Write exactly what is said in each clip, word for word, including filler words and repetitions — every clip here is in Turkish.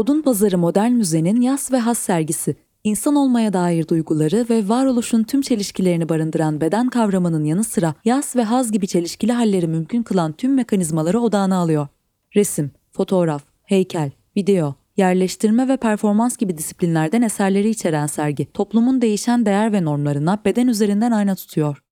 Odunpazarı Modern Müze'nin Yas ve Has sergisi, İnsan olmaya dair duyguları ve varoluşun tüm çelişkilerini barındıran beden kavramının yanı sıra yas ve haz gibi çelişkili halleri mümkün kılan tüm mekanizmaları odağına alıyor. Resim, fotoğraf, heykel, video, yerleştirme ve performans gibi disiplinlerden eserleri içeren sergi, toplumun değişen değer ve normlarına beden üzerinden ayna tutuyor.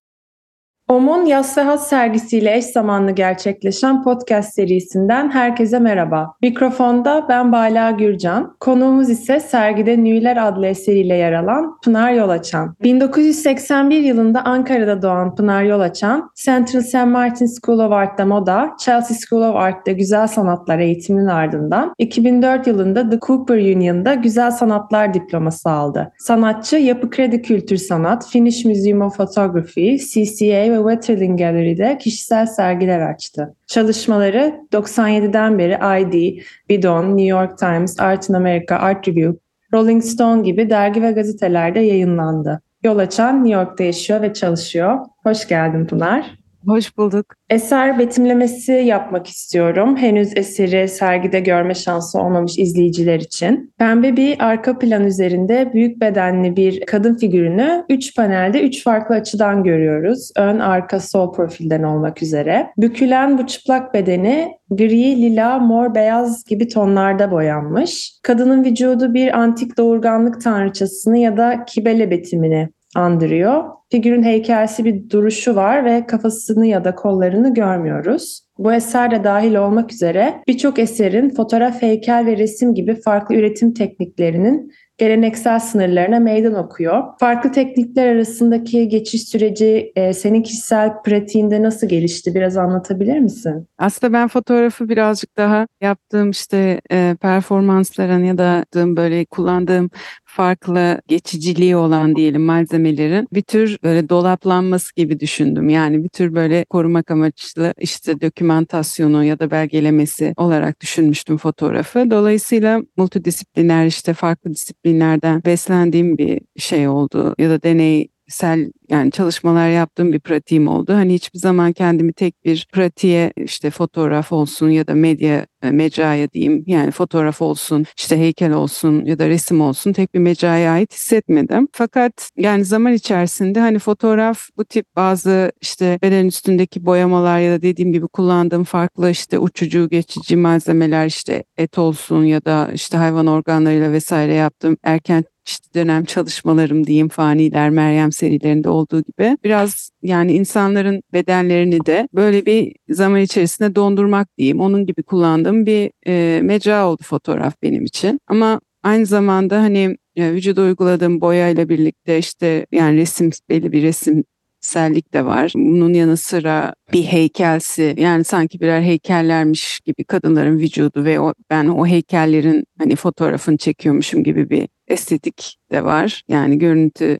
O M O'nun Yas ve Has sergisiyle eş zamanlı gerçekleşen podcast serisinden herkese merhaba. Mikrofonda ben Bala Gürcan, konuğumuz ise sergide Nüiler adlı eseriyle yer alan Pınar Yolaçan. bin dokuz yüz seksen bir yılında Ankara'da doğan Pınar Yolaçan, Central Saint Martin School of Art'ta moda, Chelsea School of Art'ta güzel sanatlar eğitiminin ardından iki bin dört yılında The Cooper Union'da güzel sanatlar diploması aldı. Sanatçı Yapı Kredi Kültür Sanat, Finnish Museum of Photography, C C A ve Wetterling Gallery'de kişisel sergiler açtı. Çalışmaları doksan yediden beri I D, Bidon, New York Times, Art in America, Art Review, Rolling Stone gibi dergi ve gazetelerde yayınlandı. Yol açan New York'ta yaşıyor ve çalışıyor. Hoş geldin Pınar. Hoş bulduk. Eser betimlemesi yapmak istiyorum. Henüz eseri sergide görme şansı olmamış izleyiciler için. Pembe bir arka plan üzerinde büyük bedenli bir kadın figürünü üç panelde üç farklı açıdan görüyoruz. Ön, arka, sol profilden olmak üzere. Bükülen bu çıplak bedeni gri, lila, mor, beyaz gibi tonlarda boyanmış. Kadının vücudu bir antik doğurganlık tanrıçasını ya da kibele betimini andırıyor. Figürün heykelsi bir duruşu var ve kafasını ya da kollarını görmüyoruz. Bu eser de dahil olmak üzere birçok eserin fotoğraf, heykel ve resim gibi farklı üretim tekniklerinin geleneksel sınırlarına meydan okuyor. Farklı teknikler arasındaki geçiş süreci e, senin kişisel pratiğinde nasıl gelişti? Biraz anlatabilir misin? Aslında ben fotoğrafı birazcık daha yaptığım işte e, performansların ya da böyle kullandığım farklı geçiciliği olan diyelim malzemelerin bir tür böyle dolaplanması gibi düşündüm. Yani bir tür böyle korumak amaçlı işte dokümantasyonu ya da belgelemesi olarak düşünmüştüm fotoğrafı. Dolayısıyla multidisipliner işte farklı disiplinlerden beslendiğim bir şey oldu ya da deney sel yani çalışmalar yaptığım bir pratiğim oldu. Hani hiçbir zaman kendimi tek bir pratiğe işte fotoğraf olsun ya da medya mecraya diyeyim yani fotoğraf olsun işte heykel olsun ya da resim olsun tek bir mecraya ait hissetmedim. Fakat yani zaman içerisinde hani fotoğraf bu tip bazı işte beden üstündeki boyamalar ya da dediğim gibi kullandığım farklı işte uçucu geçici malzemeler işte et olsun ya da işte hayvan organlarıyla vesaire yaptığım erken işte dönem çalışmalarım diyeyim Faniler, Meryem serilerinde olduğu gibi biraz yani insanların bedenlerini de böyle bir zaman içerisinde dondurmak diyeyim onun gibi kullandığım bir e, mecra oldu fotoğraf benim için. Ama aynı zamanda hani e, vücuda uyguladığım boyayla birlikte işte yani resim belli bir resim sellik de var. Bunun yanı sıra bir heykelsi yani sanki birer heykellermiş gibi kadınların vücudu ve o, ben o heykellerin hani fotoğrafını çekiyormuşum gibi bir estetik de var. Yani görüntü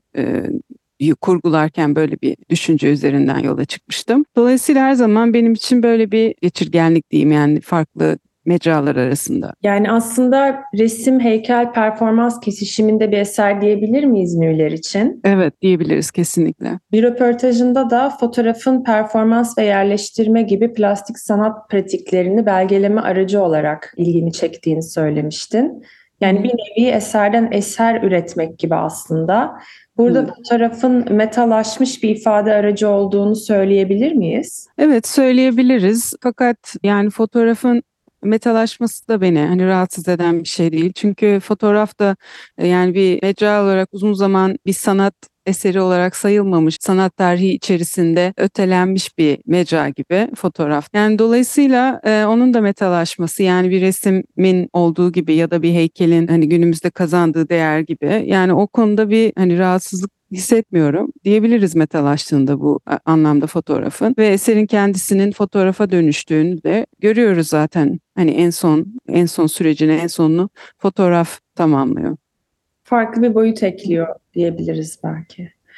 e, kurgularken böyle bir düşünce üzerinden yola çıkmıştım. Dolayısıyla her zaman benim için böyle bir geçirgenlik diyeyim yani farklı mecralar arasında. Yani aslında resim, heykel, performans kesişiminde bir eser diyebilir miyiz Nüiler için? Evet diyebiliriz kesinlikle. Bir röportajında da fotoğrafın performans ve yerleştirme gibi plastik sanat pratiklerini belgeleme aracı olarak ilgini çektiğini söylemiştin. Yani bir nevi eserden eser üretmek gibi aslında. Burada Evet. fotoğrafın metalaşmış bir ifade aracı olduğunu söyleyebilir miyiz? Evet söyleyebiliriz. Fakat yani fotoğrafın metalaşması da beni hani rahatsız eden bir şey değil. Çünkü fotoğraf da e, yani bir mecra olarak uzun zaman bir sanat eseri olarak sayılmamış, sanat tarihi içerisinde ötelenmiş bir mecra gibi fotoğraf. Yani dolayısıyla e, onun da metalaşması yani bir resmin olduğu gibi ya da bir heykelin hani günümüzde kazandığı değer gibi yani o konuda bir hani rahatsızlık hissetmiyorum diyebiliriz metalaştığında bu anlamda fotoğrafın ve eserin kendisinin fotoğrafa dönüştüğünü de görüyoruz zaten. Hani en son en son sürecini en sonunu fotoğraf tamamlıyor. Farklı bir boyut ekliyor diyebiliriz belki.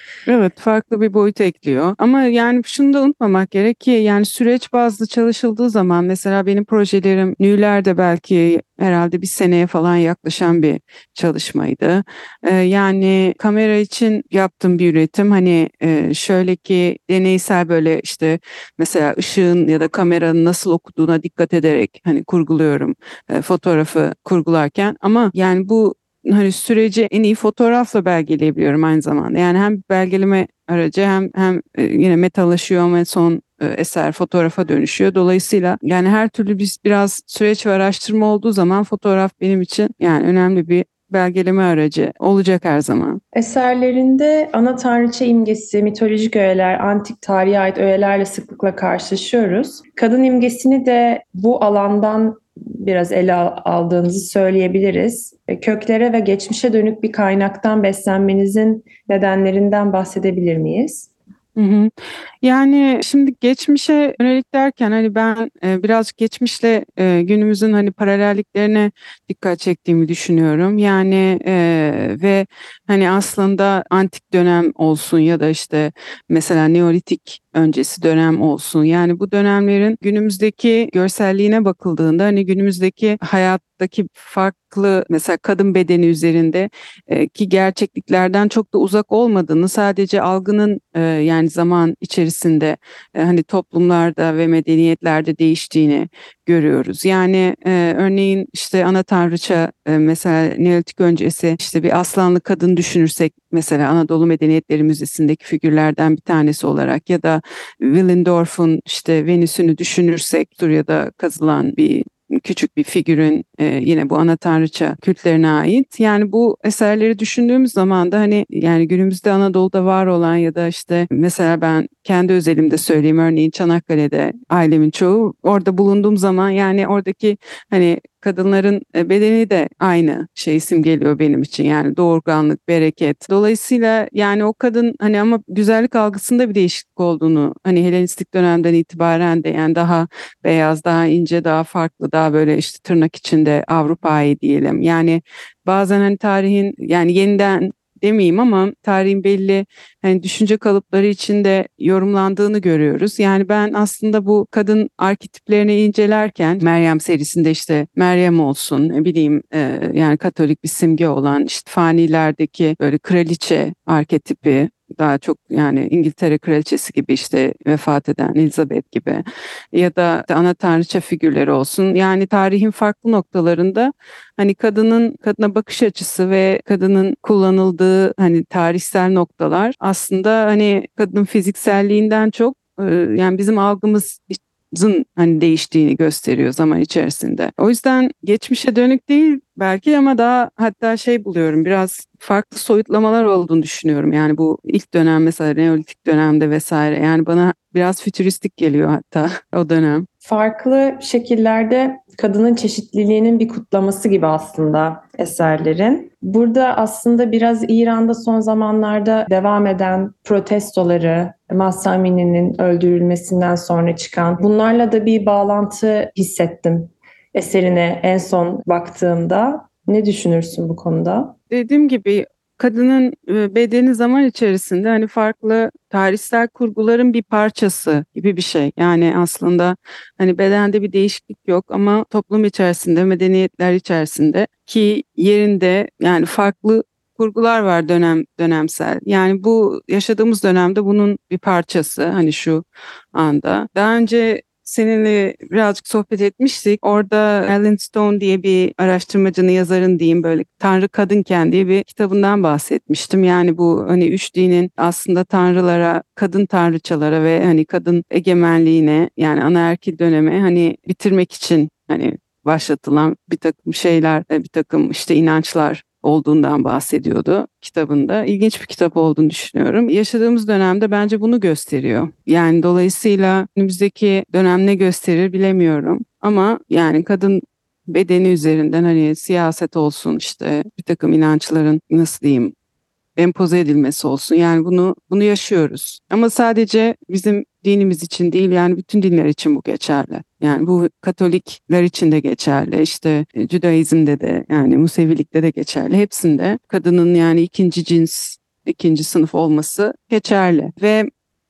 Evet, farklı bir boyut ekliyor. Ama yani şunu da unutmamak gerek ki yani süreç bazlı çalışıldığı zaman mesela benim projelerim Nüler'de belki herhalde bir seneye falan yaklaşan bir çalışmaydı. Ee, yani kamera için yaptığım bir üretim hani e, şöyle ki deneysel böyle işte mesela ışığın ya da kameranın nasıl okuduğuna dikkat ederek hani kurguluyorum e, fotoğrafı kurgularken ama yani bu hani süreci en iyi fotoğrafla belgeleyebiliyorum aynı zamanda. Yani hem belgeleme aracı hem hem e, yine metalaşıyor ve son e, eser fotoğrafa dönüşüyor. Dolayısıyla yani her türlü biz biraz süreç ve araştırma olduğu zaman fotoğraf benim için yani önemli bir belgeleme aracı olacak her zaman. Eserlerinde ana tanrıça imgesi, mitolojik öğeler, antik tarihe ait öğelerle sıklıkla karşılaşıyoruz. Kadın imgesini de bu alandan biraz ele al- aldığınızı söyleyebiliriz. E, Köklere ve geçmişe dönük bir kaynaktan beslenmenizin nedenlerinden bahsedebilir miyiz? Hı hı. Yani şimdi geçmişe yönelik derken hani ben e, birazcık geçmişle e, günümüzün hani paralelliklerine dikkat çektiğimi düşünüyorum. Yani e, ve hani aslında antik dönem olsun ya da işte mesela Neolitik öncesi dönem olsun. Yani bu dönemlerin günümüzdeki görselliğine bakıldığında hani günümüzdeki hayattaki farklı mesela kadın bedeni üzerinde e, ki gerçekliklerden çok da uzak olmadığını sadece algının e, yani zaman içerisinde e, hani toplumlarda ve medeniyetlerde değiştiğini görüyoruz. Yani e, örneğin işte ana tanrıça e, mesela Neolitik öncesi işte bir aslanlı kadın düşünürsek mesela Anadolu Medeniyetleri Müzesi'ndeki figürlerden bir tanesi olarak ya da Willendorf'un işte Venüs'ünü düşünürsek Suriye'de kazılan bir küçük bir figürün e, yine bu ana tanrıça kültlerine ait. Yani bu eserleri düşündüğümüz zaman da hani yani günümüzde Anadolu'da var olan ya da işte mesela ben kendi özelimde söyleyeyim örneğin Çanakkale'de ailemin çoğu orada bulunduğum zaman yani oradaki hani kadınların e, bedeni de aynı şey simgeliyor benim için yani doğurganlık, bereket. Dolayısıyla yani o kadın hani ama güzellik algısında bir değişiklik olduğunu hani Helenistik dönemden itibaren de yani daha beyaz, daha ince, daha farklı, daha böyle işte tırnak içinde Avrupa'yı diyelim. Yani bazen hani tarihin yani yeniden demeyeyim ama tarihin belli hani düşünce kalıpları içinde yorumlandığını görüyoruz. Yani ben aslında bu kadın arketiplerini incelerken Meryem serisinde işte Meryem olsun ne bileyim e, yani Katolik bir simge olan işte fanilerdeki böyle kraliçe arketipi daha çok yani İngiltere kraliçesi gibi işte vefat eden Elizabeth gibi ya da işte ana tanrıça figürleri olsun. Yani tarihin farklı noktalarında hani kadının kadına bakış açısı ve kadının kullanıldığı hani tarihsel noktalar aslında hani kadının fizikselliğinden çok e, yani bizim algımızın hani değiştiğini gösteriyor zaman içerisinde. O yüzden geçmişe dönük değil belki ama daha hatta şey buluyorum biraz farklı soyutlamalar olduğunu düşünüyorum. Yani bu ilk dönem mesela Neolitik dönemde vesaire yani bana biraz fütüristik geliyor hatta o dönem. Farklı şekillerde kadının çeşitliliğinin bir kutlaması gibi aslında eserlerin. Burada aslında biraz İran'da son zamanlarda devam eden protestoları, Mahsa Amini'nin öldürülmesinden sonra çıkan bunlarla da bir bağlantı hissettim eserine en son baktığımda. Ne düşünürsün bu konuda? Dediğim gibi kadının e, bedeni zaman içerisinde hani farklı tarihsel kurguların bir parçası gibi bir şey. Yani aslında hani bedende bir değişiklik yok ama toplum içerisinde, medeniyetler içerisinde ki yerinde yani farklı kurgular var dönem dönemsel. Yani bu yaşadığımız dönemde bunun bir parçası hani şu anda. Daha önce seninle birazcık sohbet etmiştik. Orada Alan Stone diye bir araştırmacının, yazarın diyeyim böyle Tanrı Kadınken diye bir kitabından bahsetmiştim. Yani bu hani üç dinin aslında tanrılara, kadın tanrıçalara ve hani kadın egemenliğine yani anaerkil döneme hani bitirmek için hani başlatılan bir takım şeyler, bir takım işte inançlar olduğundan bahsediyordu kitabında. İlginç bir kitap olduğunu düşünüyorum. Yaşadığımız dönemde bence bunu gösteriyor. Yani dolayısıyla önümüzdeki dönem ne gösterir bilemiyorum. Ama yani kadın bedeni üzerinden hani siyaset olsun işte bir takım inançların nasıl diyeyim empoze edilmesi olsun. Yani bunu bunu yaşıyoruz. Ama sadece bizim dinimiz için değil yani bütün dinler için bu geçerli. Yani bu Katolikler için de geçerli. İşte e, Judaizm'de de yani Musevilikte de geçerli. Hepsinde kadının yani ikinci cins ikinci sınıf olması geçerli. Ve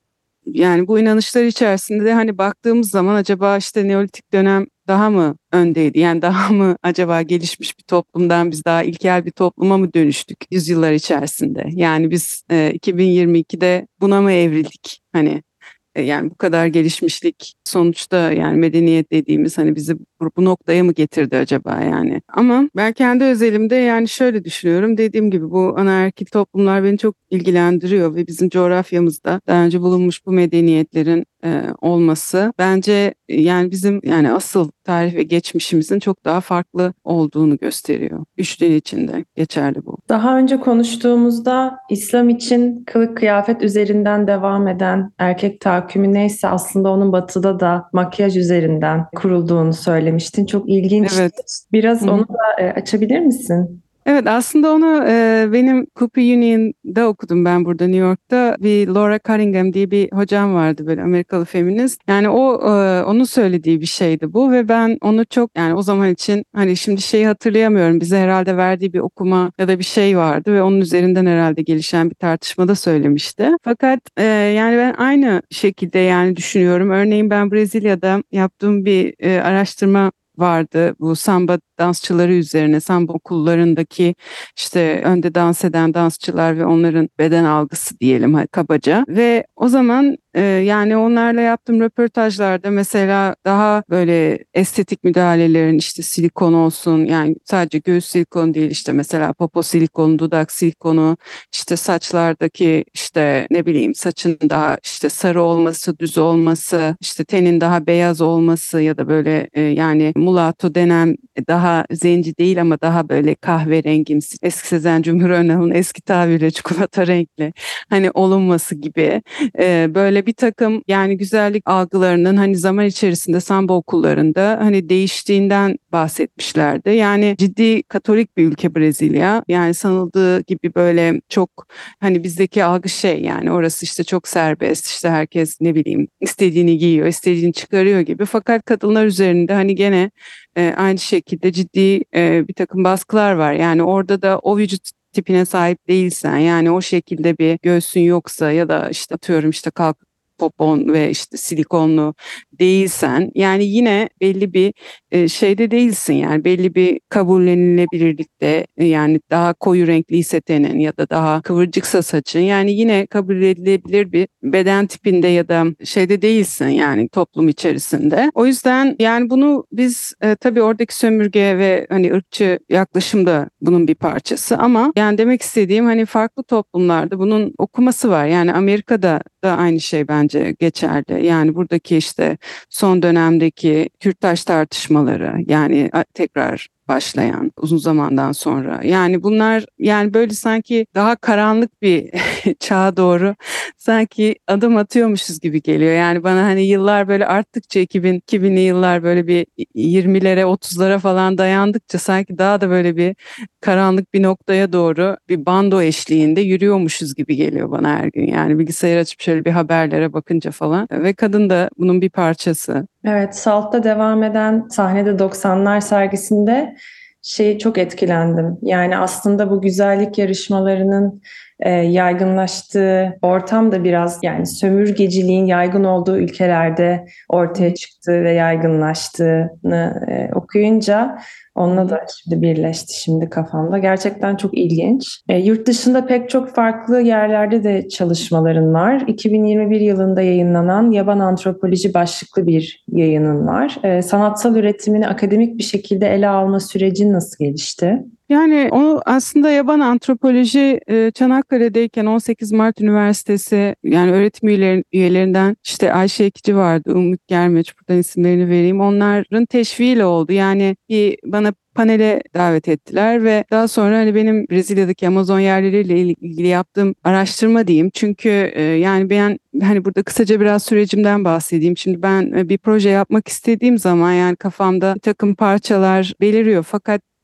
yani bu inanışlar içerisinde de hani baktığımız zaman acaba işte Neolitik dönem daha mı öndeydi? Yani daha mı acaba gelişmiş bir toplumdan biz daha ilkel bir topluma mı dönüştük yüzyıllar içerisinde? Yani biz e, iki bin yirmi ikide buna mı evrildik? Hani e, yani bu kadar gelişmişlik sonuçta yani medeniyet dediğimiz hani bizi bu, bu noktaya mı getirdi acaba yani? Ama ben kendi özelimde yani şöyle düşünüyorum. Dediğim gibi bu anaerkil toplumlar beni çok ilgilendiriyor ve bizim coğrafyamızda daha önce bulunmuş bu medeniyetlerin e, olması bence e, yani bizim yani asıl tarih ve geçmişimizin çok daha farklı olduğunu gösteriyor. Üç din içinde geçerli bu. Daha önce konuştuğumuzda İslam için kılık kıyafet üzerinden devam eden erkek tahakkümü neyse aslında onun batıda da makyaj üzerinden kurulduğunu söylemiştin. Çok ilginç. Evet. Biraz Hı hı. onu da e, açabilir misin? Evet, aslında onu e, benim Cooper Union'da okudum ben burada New York'ta. Bir Laura Cunningham diye bir hocam vardı böyle Amerikalı feminist. Yani o e, onun söylediği bir şeydi bu ve ben onu çok yani o zaman için hani şimdi şeyi hatırlayamıyorum. Bize herhalde verdiği bir okuma ya da bir şey vardı ve onun üzerinden herhalde gelişen bir tartışmada söylemişti. Fakat e, yani ben aynı şekilde yani düşünüyorum. Örneğin ben Brezilya'da yaptığım bir e, araştırma vardı bu samba dansçıları üzerine samba okullarındaki işte önde dans eden dansçılar ve onların beden algısı diyelim hani kabaca ve o zaman e, yani onlarla yaptığım röportajlarda mesela daha böyle estetik müdahalelerin işte silikon olsun yani sadece göğüs silikonu değil işte mesela popo silikonu, dudak silikonu işte saçlardaki işte ne bileyim saçın daha işte sarı olması, düz olması, işte tenin daha beyaz olması ya da böyle e, yani mulatto denen daha zenci değil ama daha böyle kahverengimsi. Eski Sezen Cumhur Önal'ın eski tabiriyle çikolata renkli hani olunması gibi e, böyle bir takım yani güzellik algılarının hani zaman içerisinde samba okullarında hani değiştiğinden bahsetmişlerdi. Yani ciddi Katolik bir ülke Brezilya. Yani sanıldığı gibi böyle çok hani bizdeki algı şey yani orası işte çok serbest işte herkes ne bileyim istediğini giyiyor, istediğini çıkarıyor gibi. Fakat kadınlar üzerinde hani gene e, aynı şekilde ciddi e, bir takım baskılar var. Yani orada da o vücut tipine sahip değilsen yani o şekilde bir göğsün yoksa ya da işte atıyorum işte kalk popon ve işte silikonlu değilsen yani yine belli bir e, şeyde değilsin yani belli bir kabullenilebilirlikte e, yani daha koyu renkliyse tenin ya da daha kıvırcıksa saçın yani yine kabul edilebilir bir beden tipinde ya da şeyde değilsin yani toplum içerisinde. O yüzden yani bunu biz e, tabii oradaki sömürge ve hani ırkçı yaklaşım da bunun bir parçası ama yani demek istediğim hani farklı toplumlarda bunun okuması var. Yani Amerika'da da aynı şey bence geçerli. Yani buradaki işte son dönemdeki Kürtaj tartışmaları yani a- tekrar başlayan uzun zamandan sonra. Yani bunlar yani böyle sanki daha karanlık bir çağa doğru sanki adım atıyormuşuz gibi geliyor. Yani bana hani yıllar böyle arttıkça iki bin iki binli yıllar böyle bir yirmilere otuzlara falan dayandıkça sanki daha da böyle bir karanlık bir noktaya doğru bir bando eşliğinde yürüyormuşuz gibi geliyor bana her gün. Yani bilgisayar açıp şöyle bir haberlere bakınca falan ve kadın da bunun bir parçası. Evet, Salt'ta devam eden sahnede doksanlar sergisinde şeyi çok etkilendim. Yani aslında bu güzellik yarışmalarının e, yaygınlaştığı ortam da biraz yani sömürgeciliğin yaygın olduğu ülkelerde ortaya çıktığı ve yaygınlaştığını e, okuyunca onunla da şimdi birleşti şimdi kafamda. Gerçekten çok ilginç. E, yurt dışında pek çok farklı yerlerde de çalışmaların var. iki bin yirmi bir yılında yayınlanan Yaban Antropoloji başlıklı bir yayının var. E, sanatsal üretimini akademik bir şekilde ele alma sürecin nasıl gelişti? Yani o aslında yaban antropoloji e, Çanakkale'deyken on sekiz Mart Üniversitesi yani öğretim üyeler- üyelerinden işte Ayşe Ekici vardı, Umut Germeç buradan isimlerini vereyim. Onların teşviğiyle oldu. Yani bir bana panele davet ettiler ve daha sonra hani benim Brezilya'daki Amazon yerleriyle ilgili yaptığım araştırma diyeyim. Çünkü e, yani ben hani burada kısaca biraz sürecimden bahsedeyim. Şimdi ben e, bir proje yapmak istediğim zaman yani kafamda bir takım parçalar beliriyor fakat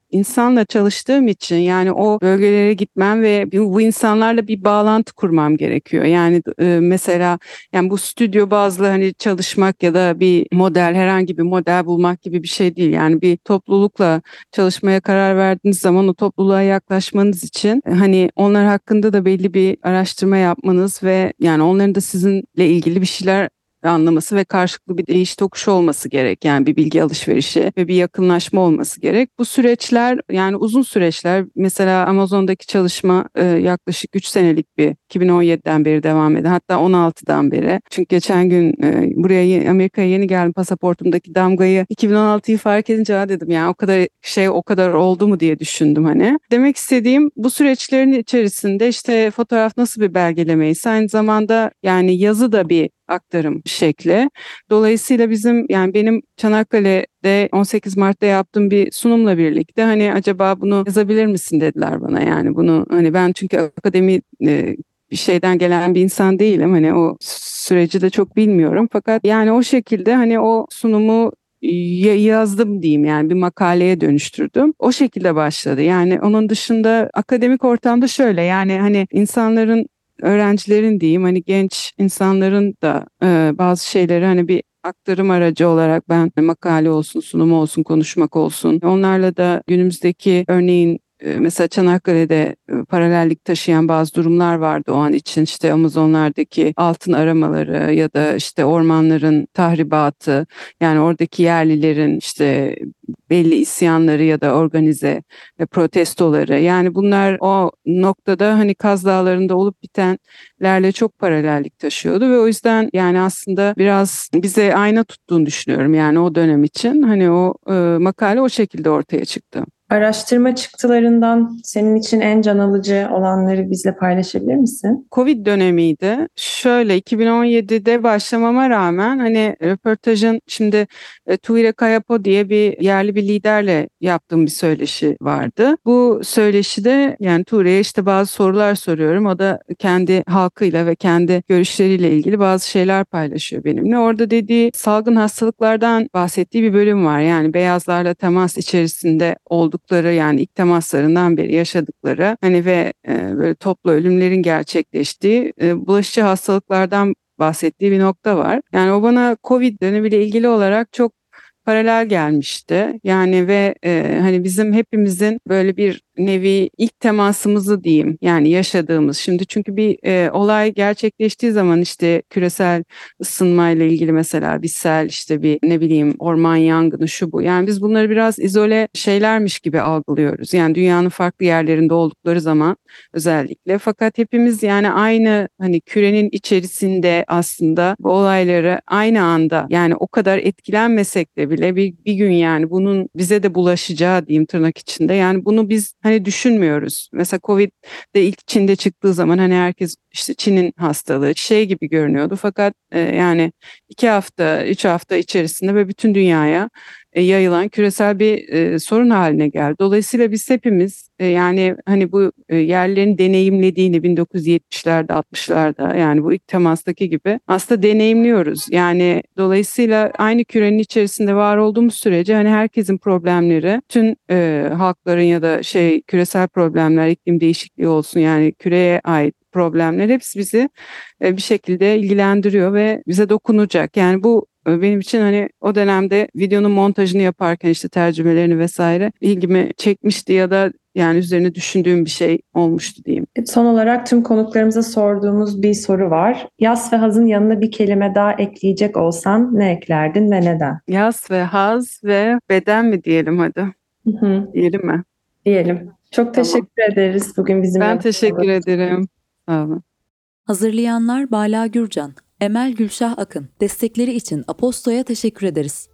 insanla çalıştığım için yani o bölgelere gitmem ve bu, bu insanlarla bir bağlantı kurmam gerekiyor. Yani e, mesela yani bu stüdyo bazlı hani çalışmak ya da bir model, herhangi bir model bulmak gibi bir şey değil. Yani bir toplulukla çalışmaya karar verdiğiniz zaman o topluluğa yaklaşmanız için e, hani onlar hakkında da belli bir araştırma yapmanız ve yani onların da sizinle ilgili bir şeyler anlaması ve karşılıklı bir değiş tokuş olması gerek. Yani bir bilgi alışverişi ve bir yakınlaşma olması gerek. Bu süreçler yani uzun süreçler. Mesela Amazon'daki çalışma e, yaklaşık üç senelik bir iki bin on yediden beri devam eden, hatta on altıdan beri. Çünkü geçen gün e, buraya Amerika'ya yeni geldim, pasaportumdaki damgayı iki bin on altıyı fark edince ha dedim yani o kadar şey o kadar oldu mu diye düşündüm hani. Demek istediğim bu süreçlerin içerisinde işte fotoğraf nasıl bir belgelemeyse aynı zamanda yani yazı da bir aktarım şekli. Dolayısıyla bizim yani benim Çanakkale'de on sekiz Mart'ta yaptığım bir sunumla birlikte hani acaba bunu yazabilir misin dediler bana. Yani bunu hani ben çünkü akademi e, bir şeyden gelen bir insan değilim. Hani o süreci de çok bilmiyorum. Fakat yani o şekilde hani o sunumu yazdım diyeyim, yani bir makaleye dönüştürdüm. O şekilde başladı. Yani onun dışında akademik ortamda şöyle yani hani insanların, öğrencilerin diyeyim, hani genç insanların da e, bazı şeyleri hani bir aktarım aracı olarak ben makale olsun, sunum olsun, konuşmak olsun. Onlarla da günümüzdeki örneğin e, mesela Çanakkale'de e, paralellik taşıyan bazı durumlar vardı o an için. İşte Amazonlardaki altın aramaları ya da işte ormanların tahribatı, yani oradaki yerlilerin işte belli isyanları ya da organize e, protestoları. Yani bunlar o noktada hani Kaz Dağları'nda olup bitenlerle çok paralellik taşıyordu ve o yüzden yani aslında biraz bize ayna tuttuğunu düşünüyorum yani o dönem için. Hani o e, makale o şekilde ortaya çıktı. Araştırma çıktılarından senin için en can alıcı olanları bizle paylaşabilir misin? Covid dönemiydi. Şöyle iki bin on yedide başlamama rağmen hani röportajın şimdi e, Tuire Kayapo diye bir yerli bir liderle yaptığım bir söyleşi vardı. Bu söyleşide yani Tuire'ye işte bazı sorular soruyorum. O da kendi halkıyla ve kendi görüşleriyle ilgili bazı şeyler paylaşıyor benimle. Orada dediği salgın hastalıklardan bahsettiği bir bölüm var. Yani beyazlarla temas içerisinde oldukları, yani ilk temaslarından beri yaşadıkları hani ve e, böyle toplu ölümlerin gerçekleştiği e, bulaşıcı hastalıklardan bahsettiği bir nokta var. Yani o bana Covid dönemiyle ilgili olarak çok paralel gelmişti. Yani ve e, hani bizim hepimizin böyle bir nevi ilk temasımızı diyeyim, yani yaşadığımız. Şimdi çünkü bir e, olay gerçekleştiği zaman işte küresel ısınmayla ilgili mesela bir sel, işte bir ne bileyim orman yangını, şu bu. Yani biz bunları biraz izole şeylermiş gibi algılıyoruz. Yani dünyanın farklı yerlerinde oldukları zaman özellikle. Fakat hepimiz yani aynı hani kürenin içerisinde aslında bu olayları aynı anda, yani o kadar etkilenmesek de bile bir, bir gün yani bunun bize de bulaşacağı diyeyim tırnak içinde. Yani bunu biz hani düşünmüyoruz. Mesela Covid de ilk Çin'de çıktığı zaman hani herkes işte Çin'in hastalığı şey gibi görünüyordu. Fakat e, yani iki hafta, üç hafta içerisinde ve bütün dünyaya e, yayılan küresel bir e, sorun haline geldi. Dolayısıyla biz hepimiz e, yani hani bu e, yerlerin deneyimlediğini bin dokuz yüz yetmişlerde, altmışlarda, yani bu ilk temastaki gibi aslında deneyimliyoruz. Yani dolayısıyla aynı kürenin içerisinde var olduğumuz sürece hani herkesin problemleri, tüm e, halkların ya da şey küresel problemler, iklim değişikliği olsun, yani küreye ait problemler hepsi bizi e, bir şekilde ilgilendiriyor ve bize dokunacak. Yani bu e, benim için hani o dönemde videonun montajını yaparken işte tercümelerini vesaire ilgimi çekmişti ya da yani üzerine düşündüğüm bir şey olmuştu diyeyim. Son olarak tüm konuklarımıza sorduğumuz bir soru var. Yas ve hazın yanına bir kelime daha ekleyecek olsan ne eklerdin ve neden? Yas ve haz ve beden mi diyelim hadi. Hı hı, Diyelim mi? diyelim. Çok Tamam. teşekkür ederiz bugün bizimle. Ben teşekkür ederim. Sağ olun. Hazırlayanlar Bala Gürcan, Emel Gülşah Akın. Destekleri için Aposto'ya teşekkür ederiz.